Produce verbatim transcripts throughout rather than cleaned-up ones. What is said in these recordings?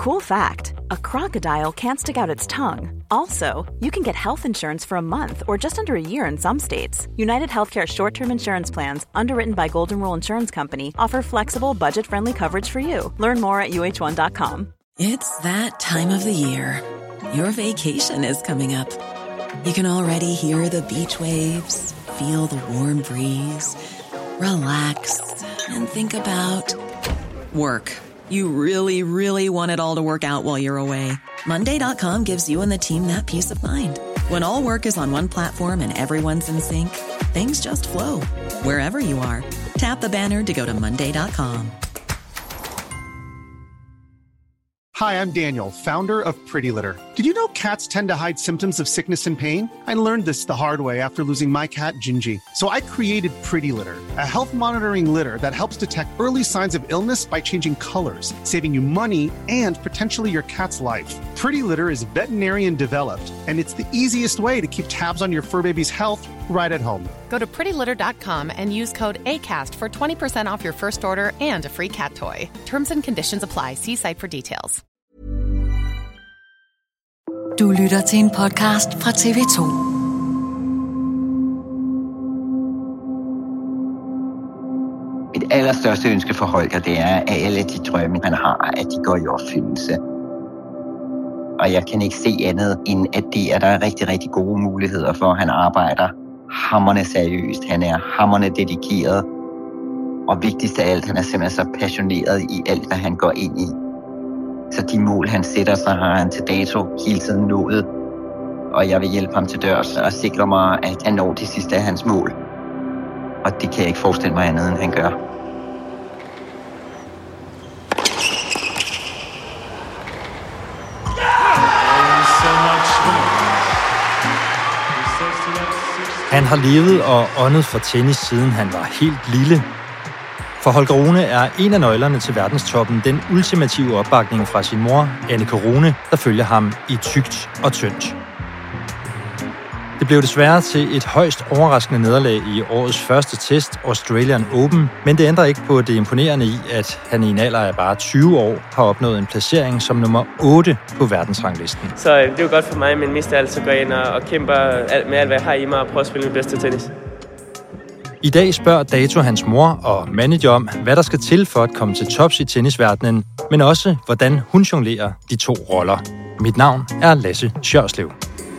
Cool fact, a crocodile can't stick out its tongue. Also, you can get health insurance for a month or just under a year in some states. United Healthcare short-term insurance plans, underwritten by Golden Rule Insurance Company, offer flexible, budget-friendly coverage for you. Learn more at U H one dot com. It's that time of the year. Your vacation is coming up. You can already hear the beach waves, feel the warm breeze, relax, and think about work. You really, really want it all to work out while you're away. Monday dot com gives you and the team that peace of mind. When all work is on one platform and everyone's in sync, things just flow. Wherever you are, tap the banner to go to Monday dot com. Hi, I'm Daniel, founder of Pretty Litter. Did you know cats tend to hide symptoms of sickness and pain? I learned this the hard way after losing my cat, Gingy. So I created Pretty Litter, a health monitoring litter that helps detect early signs of illness by changing colors, saving you money and potentially your cat's life. Pretty Litter is veterinarian developed, and it's the easiest way to keep tabs on your fur baby's health right at home. Go to pretty litter dot com and use code ACAST for twenty percent off your first order and a free cat toy. Terms and conditions apply. See site for details. Du lytter til en podcast fra T V to. Mit allerstørste ønske for Holger, det er, at alle de drømme, han har, at de går i opfyldelse. Og jeg kan ikke se andet, end at det er der rigtig, rigtig gode muligheder for, at han arbejder hamrende seriøst. Han er hamrende dedikeret. Og vigtigst af alt, han er simpelthen så passioneret i alt, hvad han går ind i. Så de mål, han sætter sig, har han til dato hele tiden nået. Og jeg vil hjælpe ham til dørs og sikre mig, at han når det sidste af hans mål. Og det kan jeg ikke forestille mig andet, end han gør. Han har levet og åndet for tennis, siden han var helt lille. For Holger Rune er en af nøglerne til verdenstoppen den ultimative opbakning fra sin mor, Anneke Rune, der følger ham i tykt og tyndt. Det blev desværre til et højst overraskende nederlag i årets første test, Australian Open, men det ændrer ikke på det imponerende i, at han i en alder af bare tyve år har opnået en placering som nummer otte på verdensranglisten. Så det er jo godt for mig, men mest af alt så går jeg ind og kæmper med alt, hvad jeg har i mig og prøver at spille mit bedste tennis. I dag spørger Dato hans mor og manager om, hvad der skal til for at komme til tops i tennisverdenen, men også, hvordan hun jonglerer de to roller. Mit navn er Lasse Sjørslev.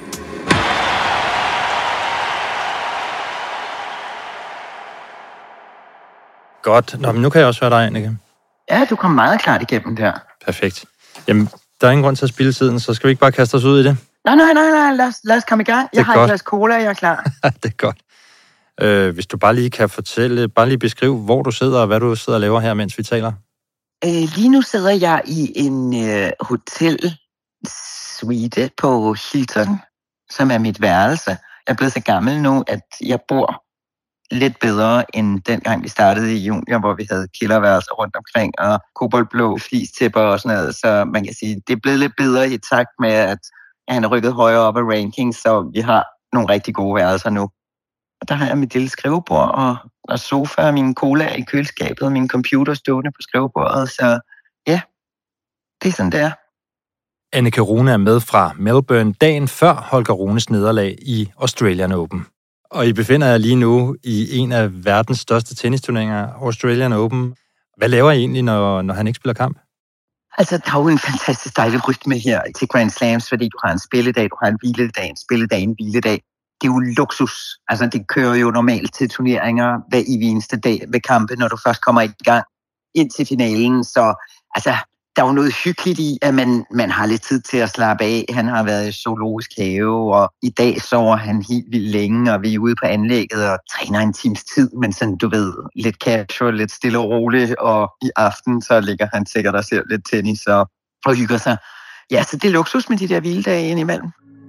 Godt. Nå, men nu kan jeg også høre dig, Anneke. Ja, du kom meget klart igennem der. Perfekt. Jamen, der er ingen grund til at spilde tiden, så skal vi ikke bare kaste os ud i det? Nej, nej, nej, nej. Lad os, lad os komme i gang. Jeg har godt. Et glas cola, og jeg er klar. Det er godt. Øh, hvis du bare lige kan fortælle, bare lige beskrive, hvor du sidder og hvad du sidder og laver her, mens vi taler. Øh, lige nu sidder jeg i en øh, hotelsuite på Hilton, som er mit værelse. Jeg er blevet så gammel nu, at jeg bor lidt bedre end dengang vi startede i junior, hvor vi havde kælderværelser rundt omkring og koboldblå flistæpper og sådan noget. Så man kan sige, det er blevet lidt bedre i takt med, at han er rykket højere op af rankings, så vi har nogle rigtig gode værelser nu. Og der har jeg mit lille skrivebord og, og sofa og min cola i køleskabet og min computer stående på skrivebordet. Så ja, det er sådan, det er. Anneke Rune er med fra Melbourne dagen før Holger Runes nederlag i Australian Open. Og I befinder jer lige nu i en af verdens største tennisturneringer, Australian Open. Hvad laver I egentlig, når, når han ikke spiller kamp? Altså, der er jo en fantastisk dejlig rytme her til Grand Slams, fordi du har en spilledag, du har en hviledag, en spilledag, en hviledag. Det er jo luksus. Altså, det kører jo normalt til turneringer hver i eneste dag ved kampe, når du først kommer i gang ind til finalen. Så altså, der er jo noget hyggeligt i, at man, man har lidt tid til at slappe af. Han har været i zoologisk have, og i dag sover han helt vildt længe, og vi er ude på anlægget og træner en times tid, men sådan, du ved, lidt casual, lidt stille og roligt, og i aften, så ligger han sikkert og ser lidt tennis og, og hygger sig. Ja, så det er luksus med de der hviledage indimellem.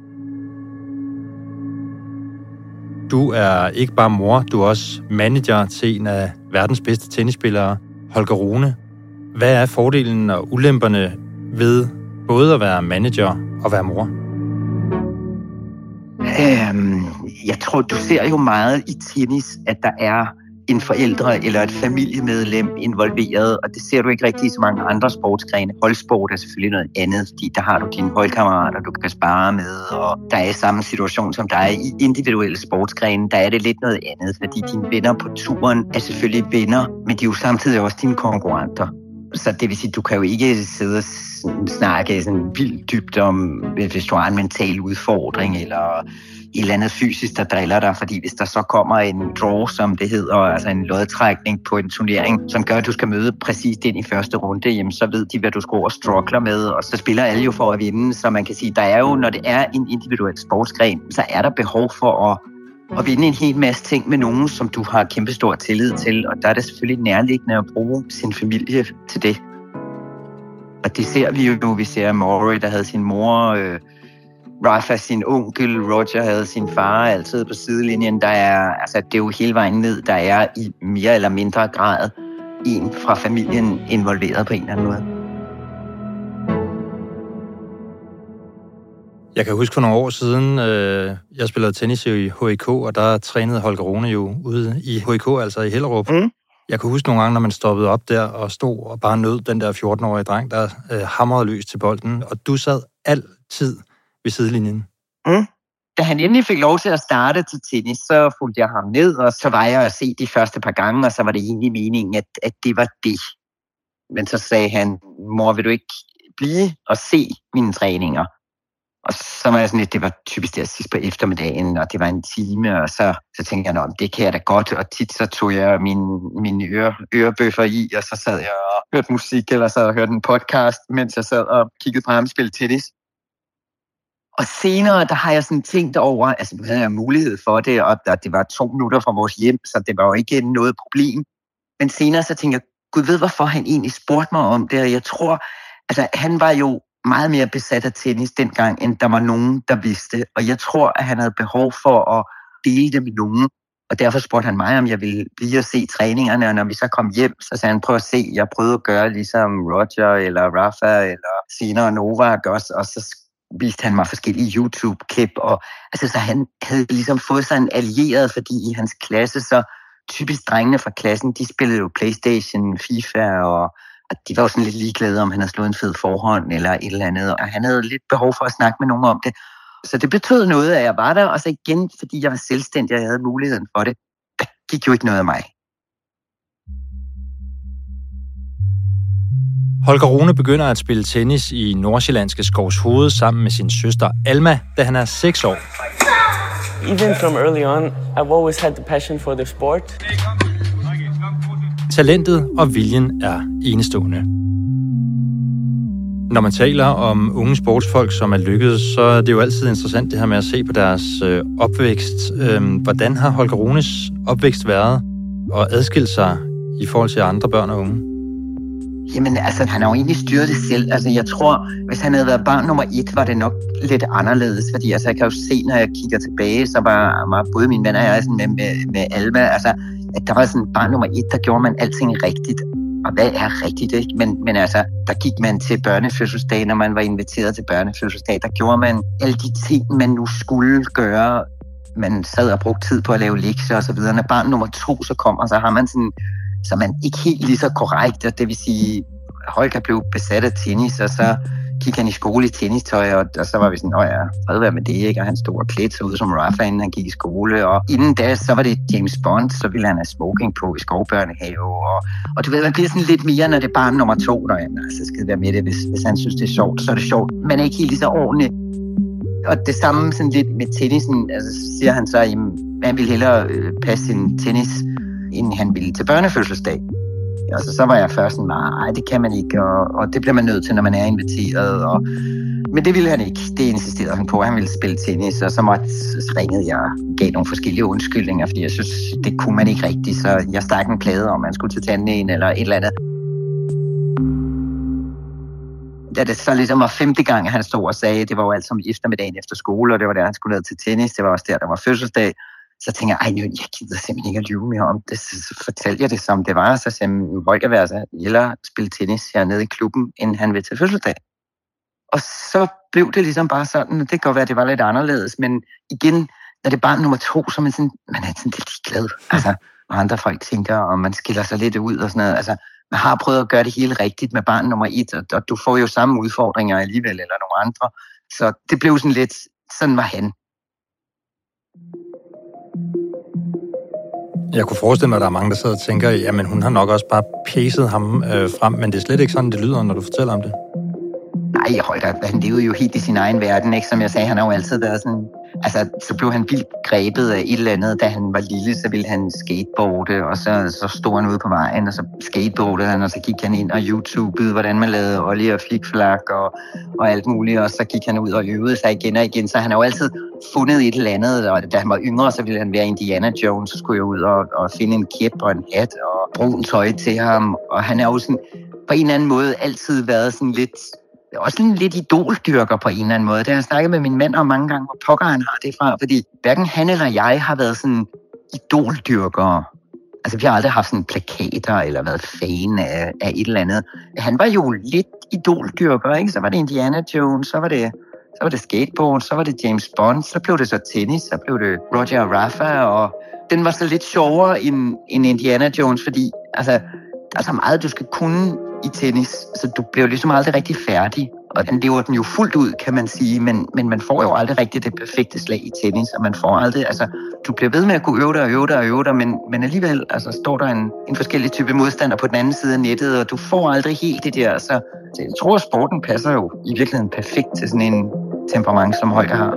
Du er ikke bare mor, du er også manager til en af verdens bedste tennisspillere, Holger Rune. Hvad er fordelen og ulemperne ved både at være manager og være mor? Øhm, jeg tror, du ser jo meget i tennis, at der er en forældre eller et familiemedlem involveret, og det ser du ikke rigtig i så mange andre sportsgrene. Holdsport er selvfølgelig noget andet, fordi der har du dine holdkammerater, du kan spare med, og der er samme situation som dig. I individuelle sportsgrene, der er det lidt noget andet, fordi dine venner på turen er selvfølgelig venner, men de er jo samtidig også dine konkurrenter. Så det vil sige, du kan jo ikke sidde og snakke sådan vildt dybt om, hvis du har en mental udfordring, eller et eller andet fysisk, der driller dig, fordi hvis der så kommer en draw, som det hedder, altså en lodtrækning på en turnering, som gør, at du skal møde præcis den i første runde, jamen så ved de, hvad du skal over struggler med, og så spiller alle jo for at vinde, så man kan sige, der er jo, når det er en individuel sportsgren, så er der behov for at, at vinde en hel masse ting med nogen, som du har kæmpestor tillid til, og der er det selvfølgelig nærliggende at bruge sin familie til det. Og det ser vi jo nu, vi ser Maury, der havde sin mor, øh, Rafa sin onkel, Roger havde sin far altid på sidelinjen. Der er, altså, det er jo hele vejen ned, der er i mere eller mindre grad en fra familien involveret på en eller anden måde. Jeg kan huske for nogle år siden, øh, jeg spillede tennis i H I K, og der trænede Holger Rune jo ude i H I K, altså i Hellerup. Mm. Jeg kunne huske nogle gange, når man stoppede op der og stod og bare nød den der fjorten-årige dreng, der øh, hamrede løs til bolden, og du sad altid ved sidelinjen. Mm. Da han endelig fik lov til at starte til tennis, så fulgte jeg ham ned, og så var jeg at se de første par gange, og så var det egentlig meningen, at, at det var det. Men så sagde han, mor, vil du ikke blive og se mine træninger? Og så var jeg sådan lidt, det var typisk der sidst på eftermiddagen, og det var en time, og så, så tænkte jeg, det kan jeg da godt, og tit så tog jeg mine, mine øre, ørebøffer i, og så sad jeg og hørte musik, eller så hørte en podcast, mens jeg sad og kiggede på ham spille tennis. Og senere, der har jeg sådan tænkt over, altså nu havde jeg mulighed for det, og det var to minutter fra vores hjem, så det var jo ikke noget problem. Men senere så tænkte jeg, Gud ved, hvorfor han egentlig spurgte mig om det, og jeg tror, altså han var jo meget mere besat af tennis dengang, end der var nogen, der vidste. Og jeg tror, at han havde behov for at dele det med nogen. Og derfor spurgte han mig, om jeg ville blive og se træningerne. Og når vi så kom hjem, så sagde han, prøv at se, jeg prøvede at gøre ligesom Roger eller Rafa eller senere Novak også. Og så viste han mig forskellige YouTube-klip. Og altså, så han havde ligesom fået sig en allieret, fordi i hans klasse, så typisk drengene fra klassen, de spillede jo PlayStation, FIFA og at de var jo sådan lidt ligeglade, om han havde slået en fed forhånd eller et eller andet, og han havde lidt behov for at snakke med nogen om det. Så det betød noget, at jeg var der, og så igen, fordi jeg var selvstændig, og jeg havde muligheden for det, der gik jo ikke noget af mig. Holger Rune begynder at spille tennis i nordsjællandske Skovshoved sammen med sin søster Alma, da han er seks år. Even from early on, I've always had the passion for the sport. Talentet og viljen er enestående. Når man taler om unge sportsfolk, som er lykkedes, så er det jo altid interessant det her med at se på deres øh, opvækst. Øhm, hvordan har Holger Runes opvækst været og adskilt sig i forhold til andre børn og unge? Jamen, altså, han har jo egentlig styret det selv. Altså, jeg tror, hvis han havde været barn nummer et, var det nok lidt anderledes. Fordi altså, jeg kan jo se, når jeg kigger tilbage, så var, var både mine venner og jeg sådan med, med, med Alma, altså, at der var sådan barn nummer et, der gjorde man alting rigtigt. Og hvad er rigtigt, ikke? Men, men altså, der gik man til børnefødselsdag, når man var inviteret til børnefødselsdag. Der gjorde man alle de ting, man nu skulle gøre. Man sad og brugte tid på at lave lektier og så videre. Når barn nummer to så kommer, så har man sådan, så man ikke helt lige så korrekt. Og det vil sige, Holger blev besat af tennis, og så gik han i skole i tennistøj, og, og så var vi sådan, åh ja, fred være med det, ikke? Og han stod og klædte sig ud som Rafa, inden han gik i skole, og inden da, så var det James Bond, så ville han have smoking på i skovbørnehave, og, og du ved, man bliver sådan lidt mere, når det er barn nummer to, når han altså skal være med det, hvis, hvis han synes, det er sjovt, så er det sjovt, men ikke helt lige så ordentligt. Og det samme sådan lidt med tennisen, altså siger han så, at han ville hellere øh, passe sin tennis, end han ville til børnefødselsdag. Og så, så var jeg først sådan, nej, det kan man ikke, og, og det bliver man nødt til, når man er inviteret. Og, men det ville han ikke. Det insisterede han på, at han ville spille tennis, og så, måtte, så ringede jeg og gav nogle forskellige undskyldninger, fordi jeg synes, det kunne man ikke rigtigt, så jeg stak en plade om, man skulle til tandlægen eller et eller andet. Da det så ligesom var femte gang, han stod og sagde, det var jo alt som eftermiddagen efter skole, og det var der, han skulle ned til tennis, det var også der, der var fødselsdag. Så tænkte jeg, ej, jeg gider simpelthen ikke at lyve mere om det. Så fortalte jeg det, som det var. Så sagde jeg, Holger vil altså hellere spille tennis hernede i klubben, end han vil til fødselsdag. Og så blev det ligesom bare sådan, det kan godt være, at det var lidt anderledes, men igen, når det er barn nummer to, så er man sådan, man er sådan lidt glad. Altså, andre folk tænker, og man skiller sig lidt ud og sådan noget. Altså, man har prøvet at gøre det hele rigtigt med barn nummer et, og, og du får jo samme udfordringer alligevel, eller nogle andre. Så det blev sådan lidt, sådan var han. Jeg kunne forestille mig, at der er mange, der sidder og tænker, jamen hun har nok også bare pæset ham øh, frem, men det er slet ikke sådan, det lyder, når du fortæller om det. Nej, Holger, han levede jo helt i sin egen verden, ikke? Som jeg sagde, han har jo altid været sådan... Altså, så blev han vildt grebet af et eller andet, da han var lille, så ville han skateboarde, og så, så stod han ude på vejen, og så skateboardede han, og så gik han ind og YouTubede, hvordan man lavede olie og flikflak og, og alt muligt, og så gik han ud og øvede sig igen og igen, så han har jo altid fundet et eller andet, og da han var yngre, så ville han være Indiana Jones, så skulle jeg ud og, og finde en kæp og en hat og brun tøj til ham, og han er jo sådan, på en eller anden måde altid været sådan lidt... også en lidt idoldyrker på en eller anden måde. Det har jeg snakket med min mand om mange gange, hvor pokker han har det fra, fordi hverken han eller jeg har været sådan idoldyrkere. Altså, vi har aldrig haft sådan plakater eller været fan af, af et eller andet. Han var jo lidt idoldyrker, ikke? Så var det Indiana Jones, så var det, så var det skateboard, så var det James Bond, så blev det så tennis, så blev det Roger Rafa, og den var så lidt sjovere end, end Indiana Jones, fordi altså, der er så meget, du skal kunne i tennis, så du bliver ligesom aldrig rigtig færdig. Og den lever den jo fuldt ud, kan man sige, men, men man får jo aldrig rigtig det perfekte slag i tennis, og man får aldrig, altså, du bliver ved med at kunne øve dig og øve dig og øve dig, men, men alligevel, altså, står der en, en forskellig type modstander på den anden side af nettet, og du får aldrig helt det der, så, så jeg tror, at sporten passer jo i virkeligheden perfekt til sådan en temperament, som Holger har.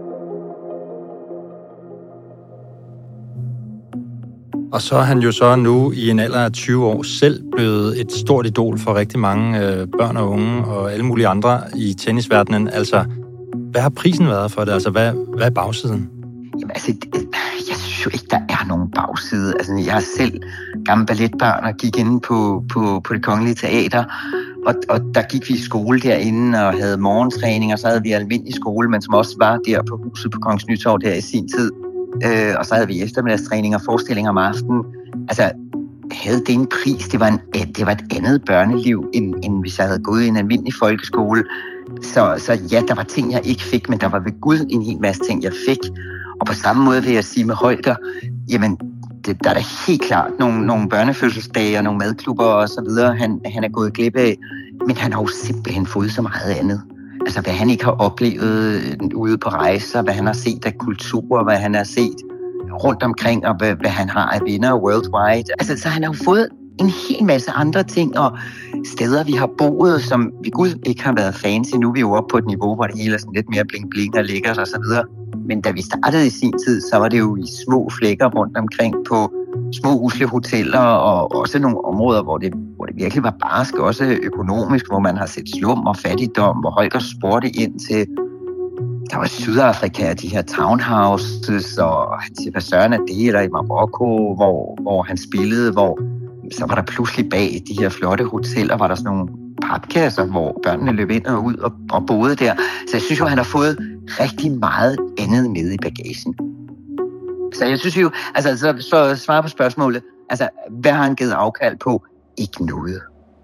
Og så er han jo så nu i en alder af tyve år selv blevet et stort idol for rigtig mange øh, børn og unge og alle mulige andre i tennisverdenen. Altså, hvad har prisen været for det? Altså, hvad, hvad er bagsiden? Jamen, altså, jeg synes jo ikke, der er nogen bagside. Altså, jeg er selv gammel balletbarn og gik inde på, på, på Det Kongelige Teater, og, og der gik vi i skole derinde og havde morgentræning, og så havde vi almindelig skole, men som også var der på huset på Kongens Nytorv der i sin tid. Øh, og så havde vi eftermiddagstræning og forestillinger om aftenen. Altså, havde det en pris? Det var, en, det var et andet børneliv, end, end hvis jeg havde gået i en almindelig folkeskole. Så, så ja, der var ting, jeg ikke fik, men der var ved Gud en hel masse ting, jeg fik. Og på samme måde vil jeg sige med Holger, jamen, det, der er da helt klart nogle, nogle børnefødselsdage og nogle madklubber og så videre, han, han er gået glip af. Men han har jo simpelthen fået så meget andet. Altså, hvad han ikke har oplevet ude på rejser, hvad han har set af kulturer, hvad han har set rundt omkring, og hvad, hvad han har af venner worldwide. Altså, så han har jo fået en hel masse andre ting, og steder, vi har boet, som vi gud ikke har været fancy. Nu er vi jo oppe på et niveau, hvor det hele er sådan lidt mere bling-bling og lækkert og så videre. Men da vi startede i sin tid, så var det jo i små flækker rundt omkring på små usle hoteller, og også nogle områder, hvor det, hvor det virkelig var barsk, også økonomisk, hvor man har set slum og fattigdom, hvor Holger spurgte ind til, der var Sydafrika, de her townhouses, og til hvad søren er det, eller i Marokko, hvor, hvor han spillede, hvor så var der pludselig bag de her flotte hoteller, var der sådan nogle papkasser, hvor børnene løb ind og ud og, og boede der. Så jeg synes jo, at han har fået rigtig meget andet med i bagagen. Så jeg synes jo, altså så, så svare på spørgsmålet, altså hvad har han givet afkald på? Ikke noget.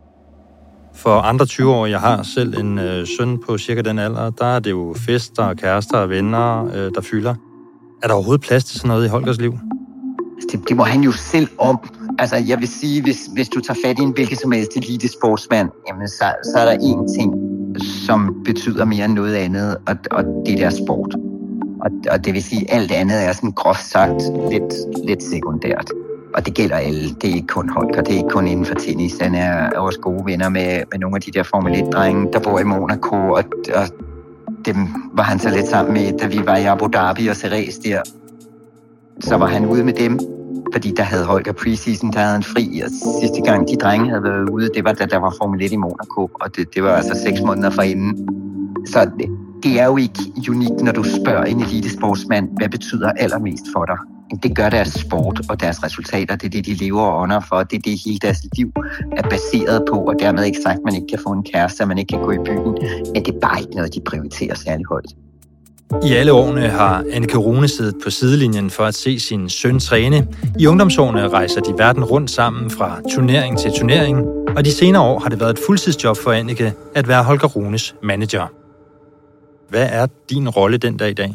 For andre tyve år, jeg har selv en øh, søn på cirka den alder, der er det jo fester, kærester og venner, øh, der fylder. Er der overhovedet plads til sådan noget i Holgers liv? Det, det må han jo selv om. Altså jeg vil sige, hvis, hvis du tager fat i en hvilket som helst elitesportsmand, jamen så, så er der én ting, som betyder mere end noget andet, og, og det er deres sport. Og, og det vil sige, at alt andet er sådan groft sagt lidt, lidt sekundært. Og det gælder alle. Det er ikke kun Holger, det er ikke kun inden for tennis. Han er også gode venner med, med nogle af de der Formel et-drenge, der bor i Monaco, og, og dem var han så lidt sammen med, da vi var i Abu Dhabi og Ceres der. Så var han ude med dem, fordi der havde Holger preseason, der havde han fri, og sidste gang de drenge havde været ude, det var da der var Formel et i Monaco, og det, det var altså seks måneder forinden. Så det, det er jo ikke unikt, når du spørger en elitesportsmand, hvad betyder allermest for dig? Det gør deres sport og deres resultater, det er det, de lever og ånder for, det er det, hele deres liv er baseret på, og dermed ikke sagt, at man ikke kan få en kæreste, at man ikke kan gå i byen, men det er bare ikke noget, de prioriterer særlig højt. I alle årene har Anneke Rune siddet på sidelinjen for at se sin søn træne. I ungdomsårene rejser de verden rundt sammen fra turnering til turnering, og de senere år har det været et fuldtidsjob for Anneke at være Holger Runes manager. Hvad er din rolle den dag i dag?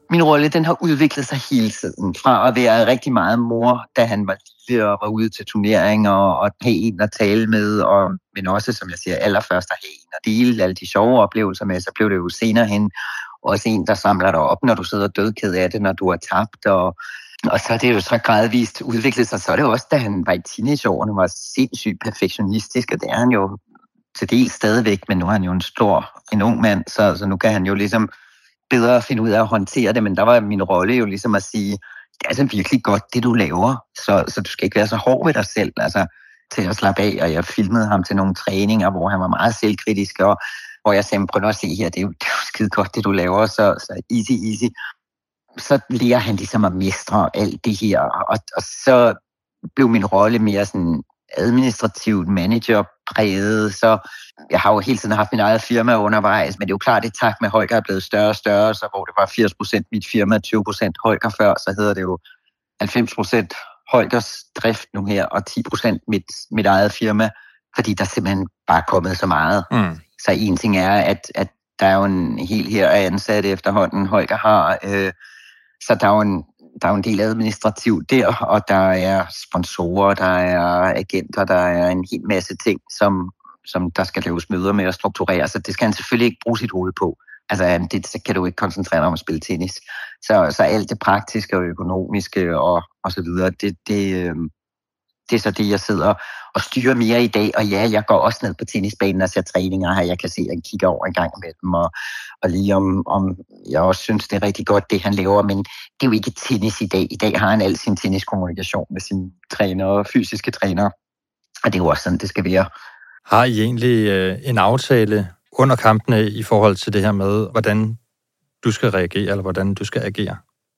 min rolle, den har udviklet sig hele tiden. Fra at være rigtig meget mor, da han var lille og var ude til turneringer og have en at tale med, og, men også, som jeg siger, allerførst at have en at dele alle de sjove oplevelser med, så blev det jo senere hen også en, der samler dig op, når du sidder dødked af det, når du har tabt, og, og så er det jo så gradvist udviklet sig. Så er det også, da han var i teenageårene, var sindssygt perfektionistisk, og det er han jo til del stadigvæk, men nu er han jo en stor, en ung mand, så, så nu kan han jo ligesom bedre finde ud af at håndtere det, men der var min rolle jo ligesom at sige, det er altså virkelig godt, det du laver, så, så du skal ikke være så hård ved dig selv, altså til at slappe af, og jeg filmede ham til nogle træninger, hvor han var meget selvkritisk, og hvor jeg sagde, prøv at se her, det er jo, det er jo skide godt, det du laver, så, så easy, easy. Så lærer han ligesom at mestre alt det her, og, og så blev min rolle mere sådan administrativt managerpræget, så jeg har jo hele tiden haft min eget firma undervejs, men det er jo klart, at i takt med, at Holger er blevet større og større, så hvor det var firs procent mit firma, tyve procent Holger før, så hedder det jo halvfems procent Holgers drift nu her, og ti procent mit, mit eget firma, fordi der simpelthen bare er kommet så meget. Mm. Så en ting er, at, at der er jo en hel her af ansatte efterhånden, Holger har, øh, så der er jo en Der er jo en del administrativt der, og der er sponsorer, der er agenter, der er en hel masse ting, som, som der skal laves møder med at strukturere. Så det skal han selvfølgelig ikke bruge sit hoved på. Altså, det så kan du ikke koncentrere dig om at spille tennis. Så, så alt det praktiske og økonomiske og, og så videre, det, det, øh, det er så det, jeg sidder og styrer mere i dag. Og ja, jeg går også ned på tennisbanen og ser træninger her. Jeg kan se, at jeg kigger over en gang med dem, og, og lige om, om jeg også synes, det er rigtig godt, det han laver. Men det er jo ikke tennis i dag. I dag har han al sin tenniskommunikation med sine trænere, fysiske trænere. Og det er jo også sådan, det skal være. Har I egentlig øh, en aftale under kampene i forhold til det her med, hvordan du skal reagere, eller hvordan du skal agere?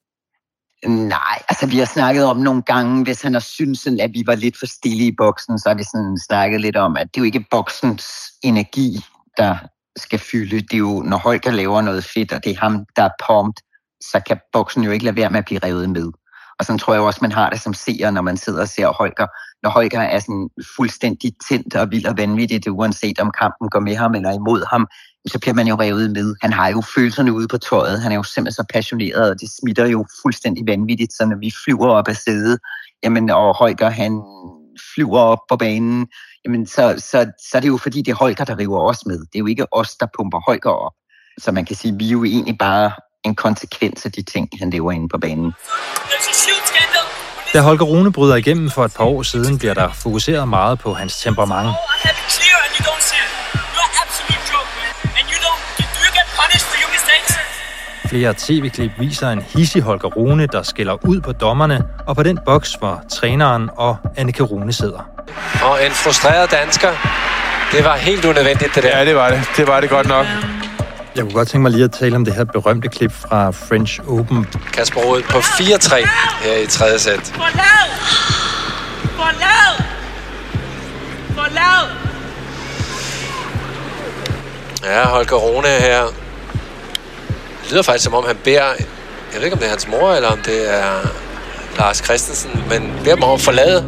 Nej, altså vi har snakket om nogle gange, hvis han har syntes, at vi var lidt for stille i boksen, så har vi sådan snakket lidt om, at det er jo ikke boksens energi, der skal fylde. Det er jo, når Holger laver noget fedt, og det er ham, der er pumped, så kan boksen jo ikke lade være med at blive revet med. Og sådan tror jeg også, man har det som seer, når man sidder og ser Holger. Når Holger er sådan fuldstændig tændt og vild og vanvittigt, uanset om kampen går med ham eller imod ham, så bliver man jo revet med. Han har jo følelserne ude på tøjet. Han er jo simpelthen så passioneret, og det smitter jo fuldstændig vanvittigt. Så når vi flyver op af sædet, jamen, og Holger han flyver op på banen, jamen, så, så, så er det jo fordi, det er Holger, der river os med. Det er jo ikke os, der pumper Holger op. Så man kan sige, vi er jo egentlig bare en konsekvens af de ting, han lever inde på banen. Da Holger Rune bryder igennem for et par år siden, bliver der fokuseret meget på hans temperament. Flere tv-klip viser en hissig Holger Rune, der skælder ud på dommerne, og på den boks, hvor træneren og Anneke Rune sidder. Og en frustreret dansker. Det var helt unødvendigt, det der. Ja, det var det. Det var det godt nok. Jeg kunne godt tænke mig lige at tale om det her berømte klip fra French Open. Kasper Ruud på fire tre her i tredje sæt. For lav! For lav! For lav! Ja, Holger Rune her. Det lyder faktisk, som om han beder... Jeg ved ikke, om det er hans mor, eller om det er Lars Christensen, men beder dem om at forlade.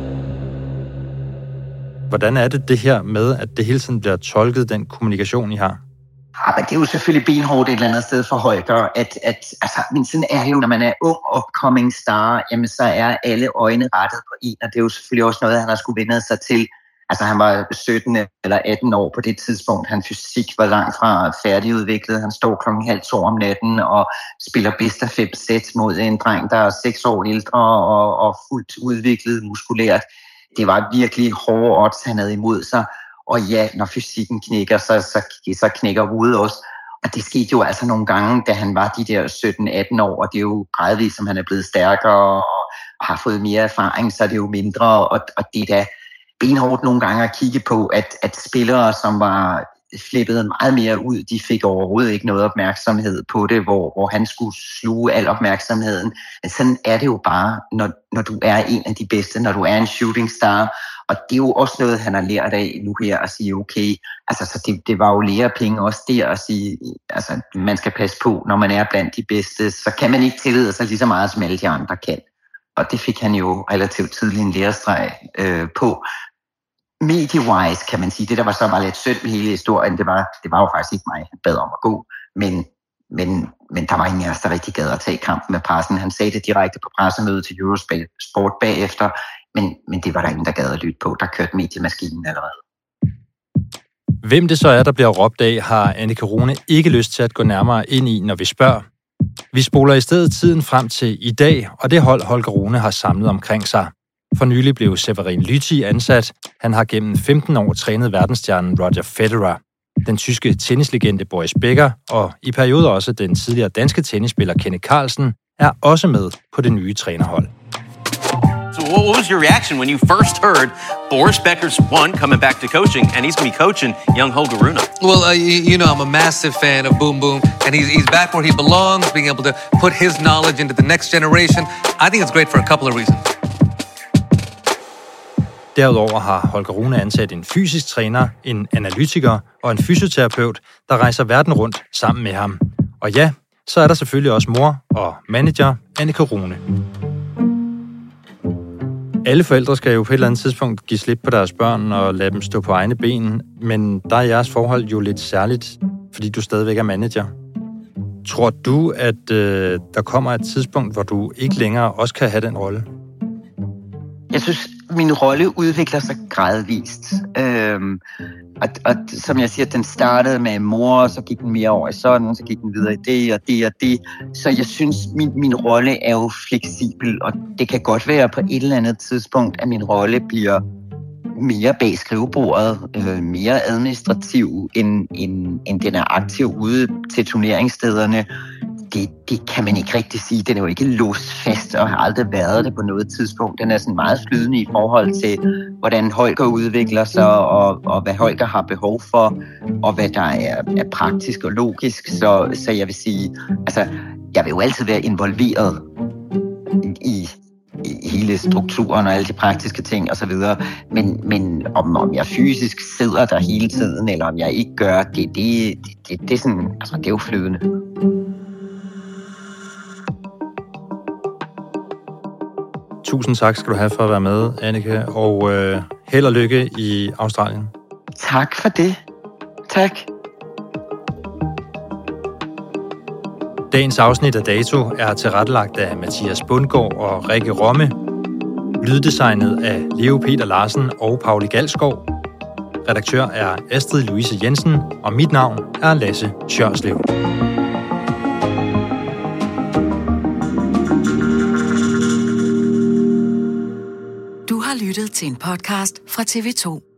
Hvordan er det det her med, at det hele tiden bliver tolket, den kommunikation, I har? Ja, men det er jo selvfølgelig benhårdt et eller andet sted for Holger, at, at altså, men sådan er jo, når man er ung upcoming star, jamen så er alle øjne rettet på en, og det er jo selvfølgelig også noget, han har skulle vende sig til. Altså han var sytten eller atten år på det tidspunkt, hans fysik var langt fra færdigudviklet, han står klokken halv to om natten og spiller bedst af fem sæt mod en dreng, der er seks år ældre og, og fuldt udviklet muskulært. Det var virkelig hårde odds, han havde imod sig. Og ja, når fysikken knækker, så, så, så knækker hovedet også. Og det skete jo altså nogle gange, da han var de der sytten atten år, og det er jo gradvist, som han er blevet stærkere og har fået mere erfaring, så er det jo mindre. Og, og det er da benhårdt nogle gange at kigge på, at, at spillere, som var flippet meget mere ud, de fik overhovedet ikke noget opmærksomhed på det, hvor, hvor han skulle sluge al opmærksomheden. Men sådan er det jo bare, når, når du er en af de bedste, når du er en shooting star. Og det er jo også noget, han har lært af nu her, at sige, okay, altså så det, det var jo lærepenge også der at sige, altså man skal passe på, når man er blandt de bedste, så kan man ikke tillade sig lige så meget, som alle de andre kan. Og det fik han jo relativt tidligt en lærestreg øh, på. Medie-wise kan man sige, det der var så var lidt sødt med hele historien, det var, det var jo faktisk ikke mig, han bad om at gå, men, men men der var ingen af os, der rigtig gad at tage kampen med pressen. Han sagde det direkte på pressemødet til Eurosport bagefter, men, men det var der ingen, der gad at lytte på. Der kørte mediemaskinen allerede. Hvem det så er, der bliver råbt af, har Annika Rune ikke lyst til at gå nærmere ind i, når vi spørger. Vi spoler i stedet tiden frem til i dag, og det hold Holger Rune har samlet omkring sig. For nylig blev Severin Lüthi ansat. Han har gennem femten år trænet verdensstjernen Roger Federer, den tyske tennislegende Boris Becker og i perioder også den tidligere danske tennisspiller Kenneth Carlsen er også med på det nye trænerhold. So what was your reaction when you first heard Boris Becker's one coming back to coaching, and he's going to be coaching young Holger Rune? Well, uh, you, you know, I'm a massive fan of Boom Boom, and he's, he's back where he belongs, being able to put his knowledge into the next generation. I think it's great for a couple of reasons. Derudover har Holger Rune ansat en fysisk træner, en analytiker og en fysioterapeut, der rejser verden rundt sammen med ham. Og ja, så er der selvfølgelig også mor og manager Annika Rune. Alle forældre skal jo på et eller andet tidspunkt give slip på deres børn og lade dem stå på egne ben, men der er jeres forhold jo lidt særligt, fordi du stadigvæk er manager. Tror du, at øh, der kommer et tidspunkt, hvor du ikke længere også kan have den rolle? Jeg synes, min rolle udvikler sig gradvist. Øhm, og, og som jeg siger, den startede med mor, og så gik den mere over i sådan, så gik den videre i det og det og det. Så jeg synes, min, min rolle er jo fleksibel, og det kan godt være på et eller andet tidspunkt, at min rolle bliver mere bag skrivebordet, øh, mere administrativ, end, end, end den er aktiv ude til turneringsstederne. Det, det kan man ikke rigtig sige. Den er jo ikke låst fast og har aldrig været det på noget tidspunkt. Den er sådan meget flydende i forhold til, hvordan Holger udvikler sig, og, og hvad Holger har behov for, og hvad der er, er praktisk og logisk. Så, så jeg vil sige, altså, jeg vil jo altid være involveret i, i hele strukturen og alle de praktiske ting osv. Men, men om, om jeg fysisk sidder der hele tiden, eller om jeg ikke gør det, det, det, det, det, er, sådan, altså, det er jo flydende. Tusind tak skal du have for at være med, Annika, og øh, held og lykke i Australien. Tak for det. Tak. Dagens afsnit af Dato er tilrettelagt af Mathias Bundgaard og Rikke Romme. Lyddesignet af Leo Peter Larsen og Pauli Galskov. Redaktør er Astrid Louise Jensen, og mit navn er Lasse Sjørslev. Du har lyttet til en podcast fra T V to.